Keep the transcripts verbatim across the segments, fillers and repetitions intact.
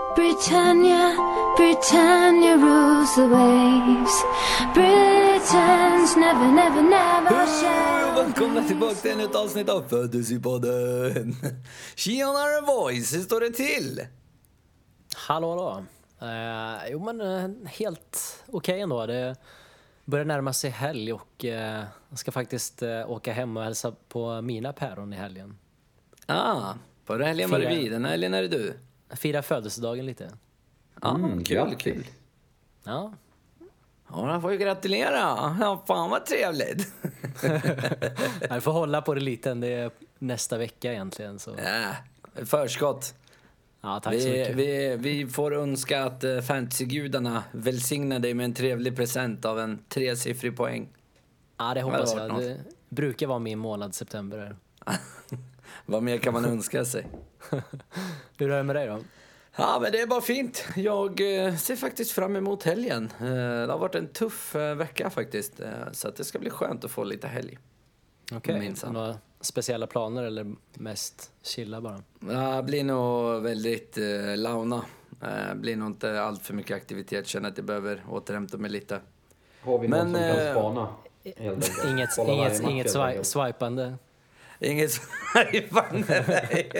Britannia, Britannia rules the waves. Britons never, never, never shall. Välkomna tillbaka till ett avsnitt av Fantasypodden. Tjenare boys, hur står det till? Hallå då. Eh, jo men eh, helt okej okay ändå. Det börjar närma sig helg och eh, jag ska faktiskt eh, åka hem och hälsa på mina päron i helgen. Ah, på helgen var det vi, den här helgen är det du. Fira födelsedagen lite. Ja, Mm, kul, grattis. kul. Ja. Ja, man får ju gratulera. Ja, fan vad trevligt. Jag får hålla på det lite, det är nästa vecka egentligen. Så. Ja, förskott. Ja, tack så Vi, mycket. vi, vi får önska att uh, fantasygudarna välsignar dig med en trevlig present av en tresiffrig poäng. Ja, det hoppas Det har jag. varit Det brukar vara min månad september. Vad mer kan man önska sig? Hur är det med dig då? Ja, men det är bara fint. Jag eh, ser faktiskt fram emot helgen. Eh, det har varit en tuff eh, vecka faktiskt. Eh, så att det ska bli skönt att få lite helg. Okej, Minsann. några speciella planer eller mest chilla bara? Det blir nog väldigt eh, launa. Det blir nog inte allt för mycket aktivitet. Känner att jag behöver återhämta mig lite. Har vi Men, någon som eh, kan spana? Helt enkelt. Inget, Kolla varje inget, match, inget helt swi- enkelt. swipande? Inget svajpande, nej.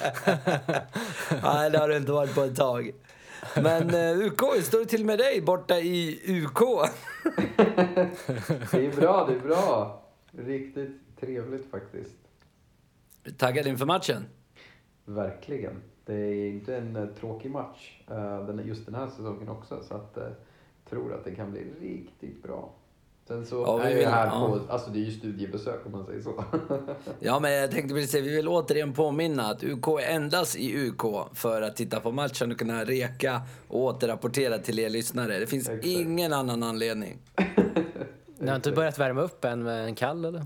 Nej, det har det inte varit på ett tag. Men eh, U K, hur står det till med dig borta i U K? Det är bra, det är bra. Riktigt trevligt faktiskt. Taggad inför matchen? Verkligen. Det är inte en uh, tråkig match. Uh, den, just den här säsongen också. Så att uh, tror att det kan bli riktigt bra. Sen så Ja, vi är vill- jag här ja. på, alltså det är ju studiebesök om man säger så. Ja, men jag tänkte precis säga, vi vill återigen påminna att U K är endast i U K för att titta på matchen och kunna reka och återrapportera till er lyssnare. Det finns Exakt. ingen annan anledning. Ni har inte börjat värma upp än med en kall eller?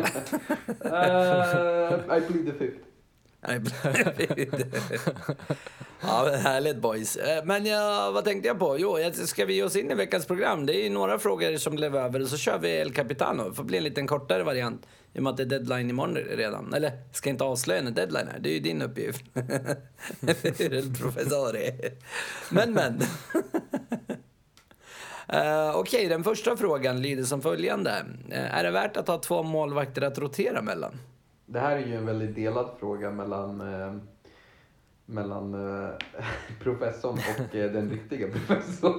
uh, I plead the fifth. Nej, ja, men härligt boys. Eh, Men ja, vad tänkte jag på? Jo, jag- ska vi ge oss in i veckans program? Det är ju några frågor som blev över och så kör vi El Capitano. Det får bli en liten kortare variant i och med att det är deadline imorgon redan. Eller, ska inte avslöja när deadline är. Det är ju din uppgift. El professore. Men, men. Uh, Okej, den första frågan lyder som följande. Uh, är det värt att ha två målvakter att rotera mellan? Det här är ju en väldigt delad fråga mellan, eh, mellan eh, professorn och eh, den riktiga professorn.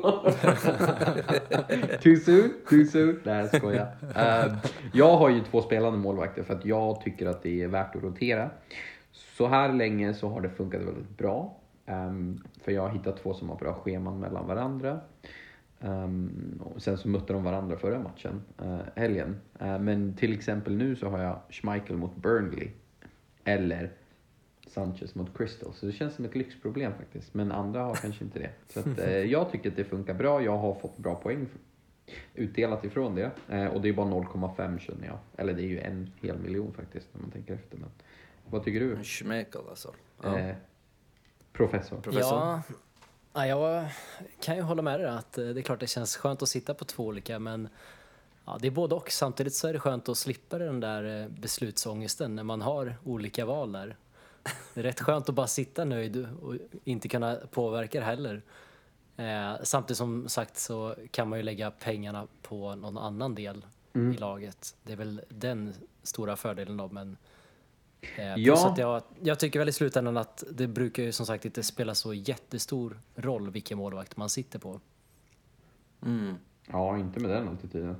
Too soon? Too soon? Nej, jag skojar. Uh, jag har ju två spelande målvakter för att jag tycker att det är värt att rotera. Så här länge så har det funkat väldigt bra. Um, för jag har hittat två som har bra scheman mellan varandra. Um, och sen så mötte de varandra förra matchen, uh, helgen. Uh, men till exempel nu så har jag Schmeichel mot Burnley. Eller Sanchez mot Crystal. Så det känns som ett lyxproblem faktiskt. Men andra har kanske inte det. Så att, uh, jag tycker att det funkar bra. Jag har fått bra poäng utdelat ifrån det. Uh, och det är bara noll komma fem känner jag. Eller det är ju en hel miljon faktiskt när man tänker efter. Men vad tycker du? Schmeichel alltså. Ja. Uh, professor. Professor. Ja, ja, jag kan ju hålla med dig att eh, det är klart det känns skönt att sitta på två olika, men ja, det är både och. Samtidigt så är det skönt att slippa den där eh, beslutsångesten när man har olika val där. Det är rätt skönt att bara sitta nöjd och inte kunna påverka det heller. Eh, samtidigt som sagt så kan man ju lägga pengarna på någon annan del Mm. i laget. Det är väl den stora fördelen då, men Eh, Ja. plus att jag, jag tycker väl i slutändan att det brukar ju som sagt inte spela så jättestor roll vilken målvakt man sitter på. Mm. Ja, inte med den attityden.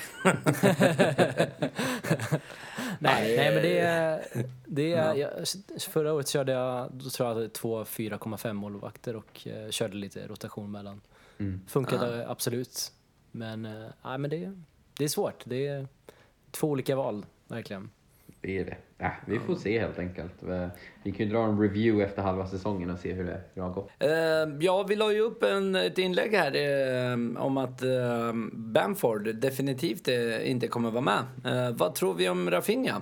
nej, nej, men det är... Det är Ja. jag, förra året körde jag, då tror jag, att två fyra komma fem målvakter och eh, körde lite rotation mellan. Mm. Funkade absolut. Men, eh, nej, men det, det är svårt. Det är två olika val, verkligen. Det är det. Äh, vi får se helt enkelt. Vi kan ju dra en review efter halva säsongen och se hur det, hur det har gått. Eh, ja, vi la ju upp en, ett inlägg här eh, om att eh, Bamford definitivt eh, inte kommer vara med. Eh, vad tror vi om Rafinha?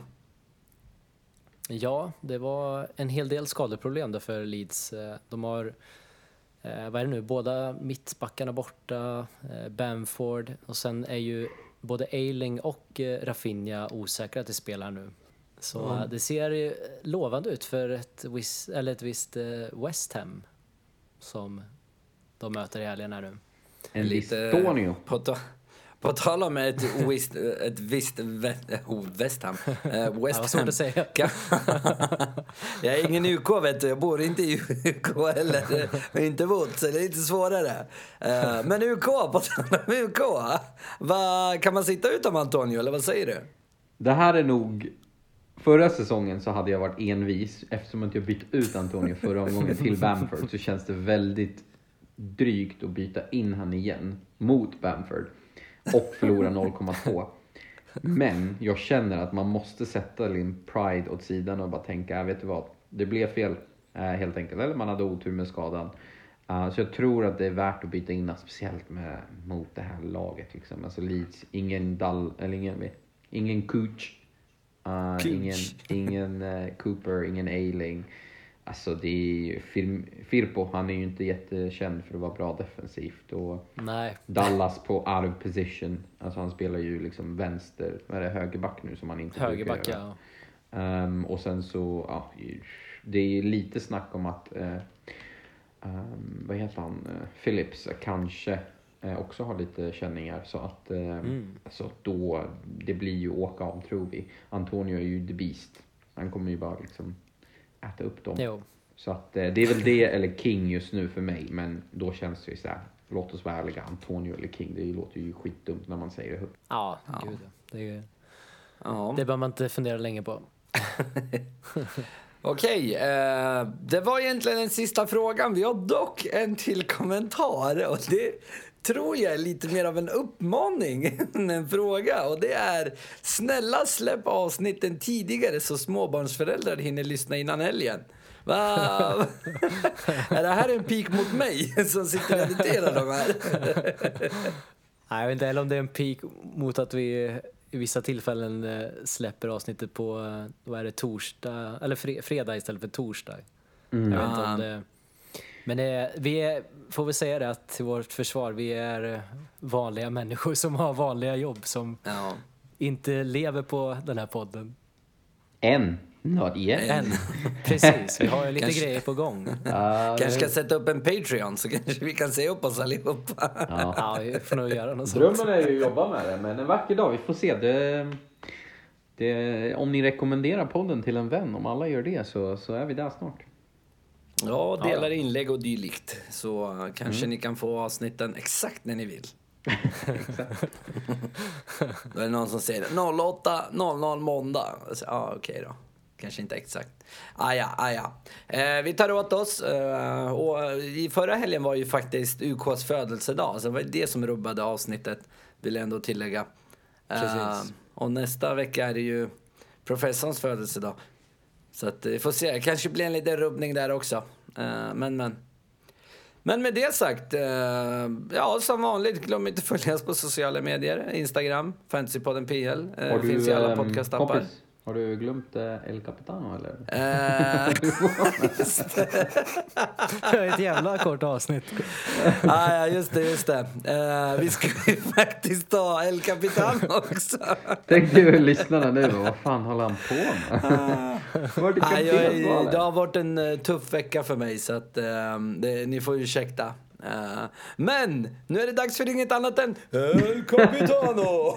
Ja, det var en hel del skadeproblem där för Leeds. Eh, De har, eh, vad är det nu, båda mittbackarna borta, eh, Bamford, och sen är ju både Ayling och eh, Rafinha osäkra till spelar nu. Så Mm. eh, det ser ju lovande ut för ett, vis, eller ett visst eh, West Ham. som de möter i helgen här nu. En Lite- Listonio. På, ta, på tal om ett visst, ett visst West, oh, West Ham. Eh, Ja, West vad svårt Ham. att säga. Jag är ingen U K, vet du. Jag bor inte i U K heller. Jag är inte bott, så det är lite svårare. Eh, men U K, på tal om U K. Vad, kan man sitta utan Antonio, eller vad säger du? Det här är nog... Förra säsongen så hade jag varit envis. Eftersom att jag bytt ut Antonio förra omgången till Bamford, så känns det väldigt drygt att byta in han igen mot Bamford och förlora noll komma två. Men jag känner att man måste sätta Lin Pride åt sidan och bara tänka, jag vet du vad, det blev fel eh, helt enkelt. Eller man hade otur med skadan. Uh, så jag tror att det är värt att byta in, speciellt med, mot det här laget. Liksom. Alltså Leeds, ingen Dall, eller ingen, ingen Cooch. Uh, Cooch. ingen ingen uh, Cooper, ingen Ayling. Alltså det är ju Fir- Firpo, han är ju inte jättekänd för att vara bra defensivt. Och Nej, Dallas på out of position. Alltså han spelar ju liksom vänster, vad är det, högerback nu som han inte högerback, brukar göra. ja. Um, och sen så, ja, det är lite snack om att, uh, um, vad heter han, uh, Phillips kanske uh, också har lite känningar. Så att, uh, Mm. alltså då, det blir ju åka om, tror vi. Antonio är ju the beast. Han kommer ju bara liksom äta upp dem. Jo. Så att uh, det är väl det eller King just nu för mig. Men då känns det ju så här, låt oss vara ärliga, Antonio eller King, det låter ju skitdumt när man säger det högt. Ja, gud. Det, är- Ja. det behöver man inte fundera länge på. Okej, eh, det var egentligen den sista frågan. Vi har dock en till kommentar, och det tror jag är lite mer av en uppmaning än en fråga. Och det är, snälla släpp avsnitten tidigare så småbarnsföräldrar hinner lyssna innan helgen. Va? Är det här en pik mot mig som sitter och editerar de här? Nej, jag vet inte heller om det är en peak mot att vi i vissa tillfällen eh, släpper avsnittet på, eh, vad är det, torsdag, eller fre- fredag istället för torsdag. Jag vet inte om det... Men det, vi är, får vi säga det, att till vårt försvar, vi är eh, vanliga människor som har vanliga jobb, som Ja. inte lever på den här podden. En, not yet. Än. Precis, vi har ju lite Kanske- grejer på gång. Ja, Kanske ska sätta upp en Patreon så kanske vi kan se upp oss allihopa. ja. Ja, vi får nog göra något sånt. Drömmen är ju att jobba med det, men en vacker dag, vi får se. Det, det, om ni rekommenderar podden till en vän, om alla gör det, så, så är vi där snart. Ja, delar inlägg och dylikt. Så uh, kanske ni kan få avsnitten exakt när ni vill. Då är det någon som säger åtta noll noll måndag. Ja, ah, okej okay då. Kanske inte exakt. Ah, ja, ah, ja. Eh, vi tar åt oss. Eh, och i förra helgen var ju faktiskt U K:s födelsedag. Så det var det som rubbade avsnittet, vill jag ändå tillägga. Eh, Precis. och nästa vecka är det ju professorns födelsedag. Så att vi får se. Kanske blir en liten rubbning där också. Eh, men, men. Men med det sagt, eh, ja, som vanligt, glöm inte följa oss på sociala medier. Instagram, Fantasypodden P L. Eh, Har du, finns i alla ehm, podcastappar. kompis, har du glömt eh, El Capitano eller? Eh, just det. Det är ett jävla kort avsnitt. Ah, ja, just det, just det. Eh, vi ska ju faktiskt ta El Capitan också. Tänk du lyssnarna nu, vad fan håller han på med? Var det Ah, jag, är- det kapitensvalet? har varit en eh, tuff vecka för mig, så att, eh, det, ni får ursäkta. Eh, men nu är det dags för inget annat än El Capitano!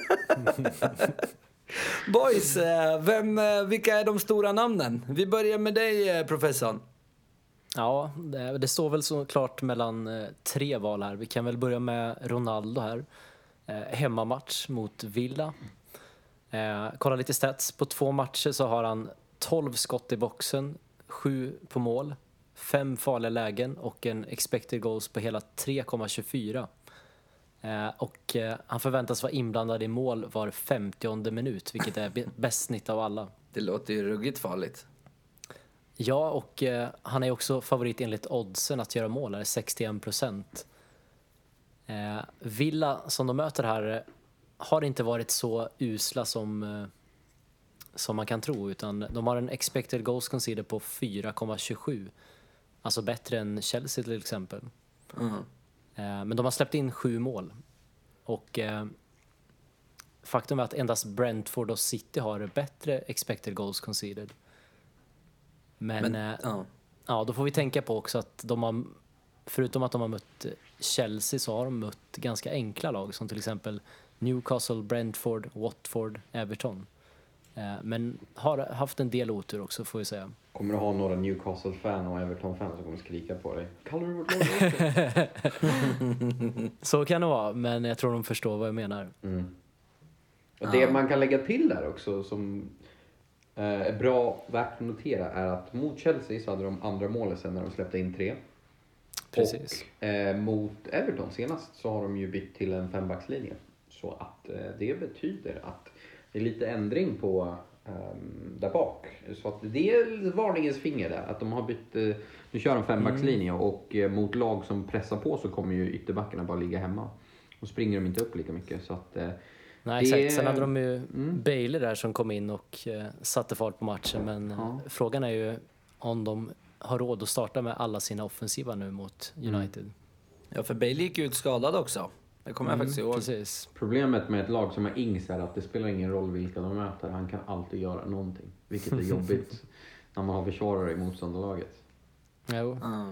Boys, eh, vem, eh, vilka är de stora namnen? Vi börjar med dig, eh, professorn. Ja, det, det står väl så klart mellan eh, tre val här. Vi kan väl börja med Ronaldo här. Eh, hemmamatch mot Villa. Eh, kolla lite stats. På två matcher så har han tolv skott i boxen, sju på mål, fem farliga lägen och en expected goals på hela tre komma tjugofyra. Eh, och eh, han förväntas vara inblandad i mål var femtionde minut, vilket är b- bäst snitt av alla. Det låter ju ruggigt farligt. Ja, och eh, han är också favorit enligt oddsen att göra mål, är sextioen procent. Eh, Villa som de möter här eh, har inte varit så usla som, eh, som man kan tro, utan de har en expected goals conceded på fyra komma tjugosju. Alltså bättre än Chelsea till exempel. Mm. Eh, men de har släppt in sju mål. Och eh, faktum är att endast Brentford och City har bättre expected goals conceded. Men, Men, eh, ja. ja, då får vi tänka på också att de har förutom att de har mött Chelsea så har de mött ganska enkla lag som till exempel Newcastle, Brentford, Watford, Everton. Eh, men har haft en del otur också får vi säga. Kommer du ha några Newcastle-fan och Everton-fan som kommer skrika på dig? Kallar du vårt lag? Så kan det vara, men jag tror de förstår vad jag menar. Mm. Och det man kan lägga till där också som eh, är bra värt att notera är att mot Chelsea så hade de andra målet sen när de släppte in tre. Precis. Och eh, mot Everton senast så har de ju bytt till en fembackslinje. Så att eh, det betyder att det är lite ändring på um, där bak. Så att det är varningens finger där. Att de har bytt, uh, nu kör de fembackslinje mm. och uh, mot lag som pressar på så kommer ju ytterbackarna bara ligga hemma. Och springer de inte upp lika mycket. Så att, uh, Nej, det... exakt. Sen hade de ju mm. Bailey där som kom in och uh, satte fart på matchen. Men ja. frågan är ju om de har råd att starta med alla sina offensiva nu mot United. Mm. Ja, för Bailey gick ut skadad också. Det kommer mm, jag faktiskt ihåg. Precis. Problemet med ett lag som har Ings är att det spelar ingen roll vilka de möter. Han kan alltid göra någonting. Vilket är jobbigt när man har försvarare i motståndarlaget. Jo. Mm.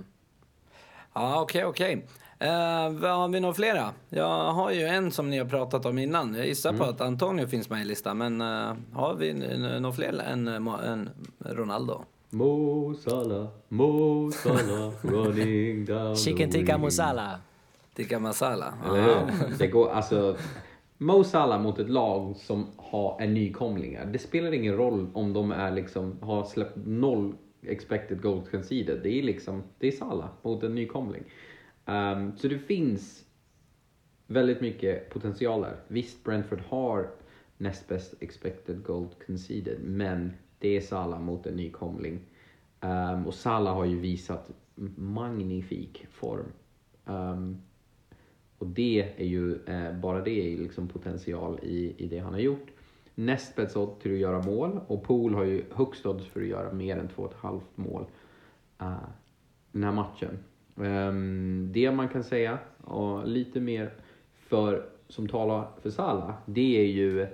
Ja, okej, okej. Uh, har vi några flera? Jag har ju en som ni har pratat om innan. Jag gissar mm. på att Antonio finns med i listan. Men uh, har vi några fler än, än Ronaldo? Mo Salah, Mo Salah running down Chicken tikka masala. Tikka masala. Eller hur? Det går, alltså, Mo Salah mot ett lag som har en nykomlingar. Det spelar ingen roll om de är liksom, har släppt noll expected goals conceded. Det är liksom, det är Salah mot en nykomling. Um, så det finns väldigt mycket potential där. Visst, Brentford har näst bäst expected goals conceded, men det är Salah mot en nykomling. Um, och Salah har ju visat magnifik form. Um, och det är ju, eh, bara det är ju liksom potential i, i det han har gjort. Näst bäst odds till att göra mål. Och Pool har ju högst odds för att göra mer än två och ett halvt mål uh, den här matchen. Um, det man kan säga, och lite mer för, som talar för Salah, det är ju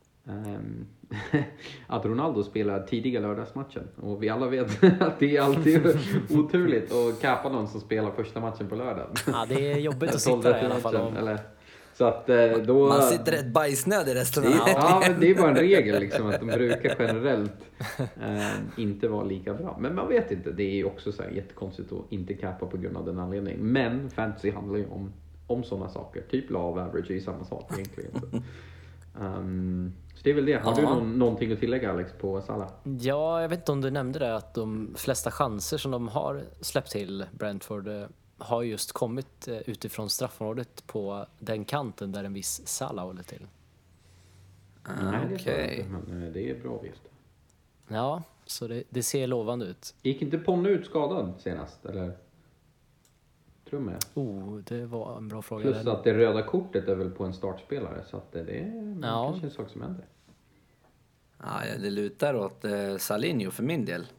um, att Ronaldo spelar tidiga lördagsmatchen. Och vi alla vet att det är alltid oturligt att kappa någon som spelar första matchen på lördagen. Ja, det är jobbigt att sitta där i alla fall. Om... Eller, så att då... Man sitter rätt bajsnödig resten av ja, ja, men det är bara en regel liksom, att de brukar generellt eh, inte vara lika bra. Men man vet inte, det är också så här jättekonstigt att inte kappa på grund av den anledningen. Men fantasy handlar ju om, om sådana saker. Typ love average är ju samma sak egentligen. Så. Um, så det är väl det. Har ja. du någon, någonting att tillägga, Alex, på Salah? Ja, jag vet inte om du nämnde det, att de flesta chanser som de har släppt till Brentford har just kommit utifrån straffområdet på den kanten där en viss Salah håller till. Ah, okej. Okay. Men det är bra visst. Ja, så det, det ser lovande ut. Gick inte Ponne ut skadad senast, eller? Tror jag. Oh, det var en bra fråga. Plus att det röda kortet är väl på en startspelare, så att det är ja. kanske en sak som händer. Ja, det lutar åt eh, Salinho för min del.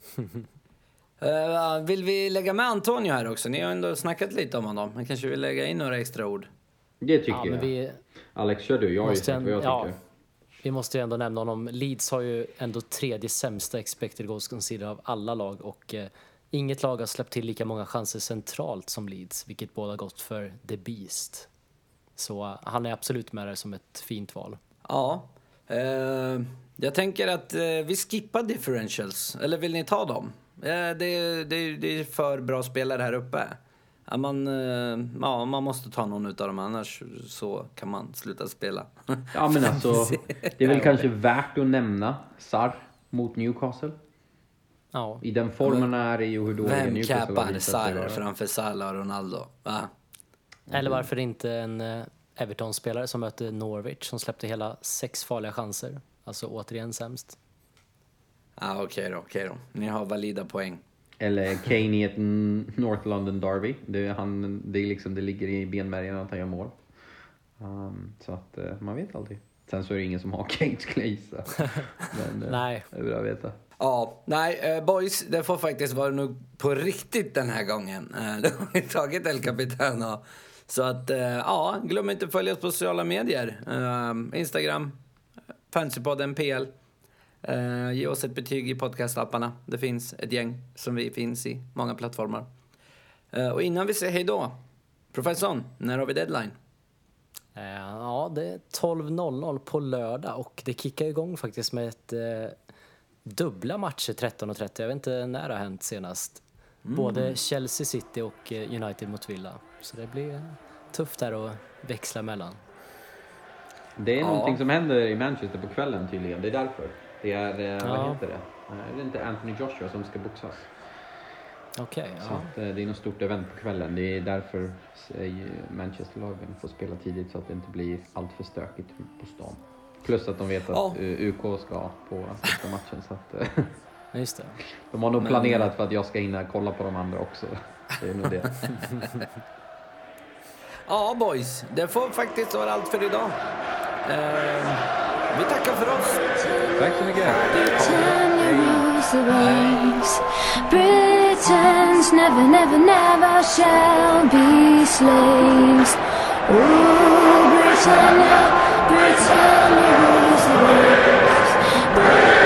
uh, vill vi lägga med Antonio här också? Ni har ändå snackat lite om honom. Men kanske vill lägga in några extra ord. Det tycker ja, jag. Vi... Alex, kör du. Jag har ju sagt vad jag ja, tycker. Vi måste ju ändå nämna honom. Leeds har ju ändå tredje sämsta expected goals conceded av alla lag. Och eh, inget lag har släppt till lika många chanser centralt som Leeds. Vilket båda gått för The Beast. Så uh, han är absolut med där som ett fint val. Ja. Uh... Jag tänker att eh, vi skippar differentials. Eller vill ni ta dem? Eh, det, det, det är för bra spelare här uppe. Ja, man, eh, ja, man måste ta någon utav dem, annars så kan man sluta spela. Ja, men alltså, det är väl kanske värt att nämna Sarr mot Newcastle. Ja. I den formen är det ju hur dåliga Vem Newcastle har käppar Sarr framför Salah och Ronaldo? Va? Eller varför inte en eh, Everton-spelare som möter Norwich som släppte hela sex farliga chanser. Alltså återigen sämst. Ja, ah, okej okay då, okej okay då. Ni har valida poäng. Eller Kane i ett North London Derby. Det, är han, det, är liksom, det ligger i benmärgen att han gör mål. Um, så att uh, man vet aldrig. Sen så är det ingen som har Kane, skulle jag gissa. Men uh, nej. Det är bra att veta. Ja, nej, uh, boys, det får faktiskt vara nog på riktigt den här gången. Uh, då har vi tagit El Capitano. Så att, uh, ja, glöm inte att följa oss på sociala medier. Uh, Instagram, Fantasypodden P L. Uh, ge oss ett betyg i podcastapparna. Det finns ett gäng som vi finns i många plattformar. Eh, och innan vi säger hej då, professorn, när har vi deadline? Eh, Ja, det är tolv noll noll på lördag och det kickar igång faktiskt med ett eh, dubbla matcher tretton och trettio. Jag vet inte när det har hänt senast. Mm. Både Chelsea City och eh, United mot Villa. Så det blir tufft här att växla mellan. Det är Ja. någonting som händer i Manchester på kvällen tydligen. Det är därför. Det är, eh, Ja. vad heter det? Eh, Är det inte Anthony Joshua som ska boxas? Okej, Så ja. att, eh, det är något stort event på kvällen. Det är därför eh, Manchester-lagen får spela tidigt så att det inte blir allt för stökigt på stan. Plus att de vet att Ja. eh, U K ska på sista matchen. Så att, eh, Ja, just det. de har nog Men- planerat för att jag ska hinna kolla på de andra också. Det är nog det. Ja, boys, det får faktiskt vara allt för idag. Eh, vi tackar för oss. Tack så mycket. Britannia rules the waves. Britons never, never, never shall be slaves. Oh, Britannia, Britannia rules the waves.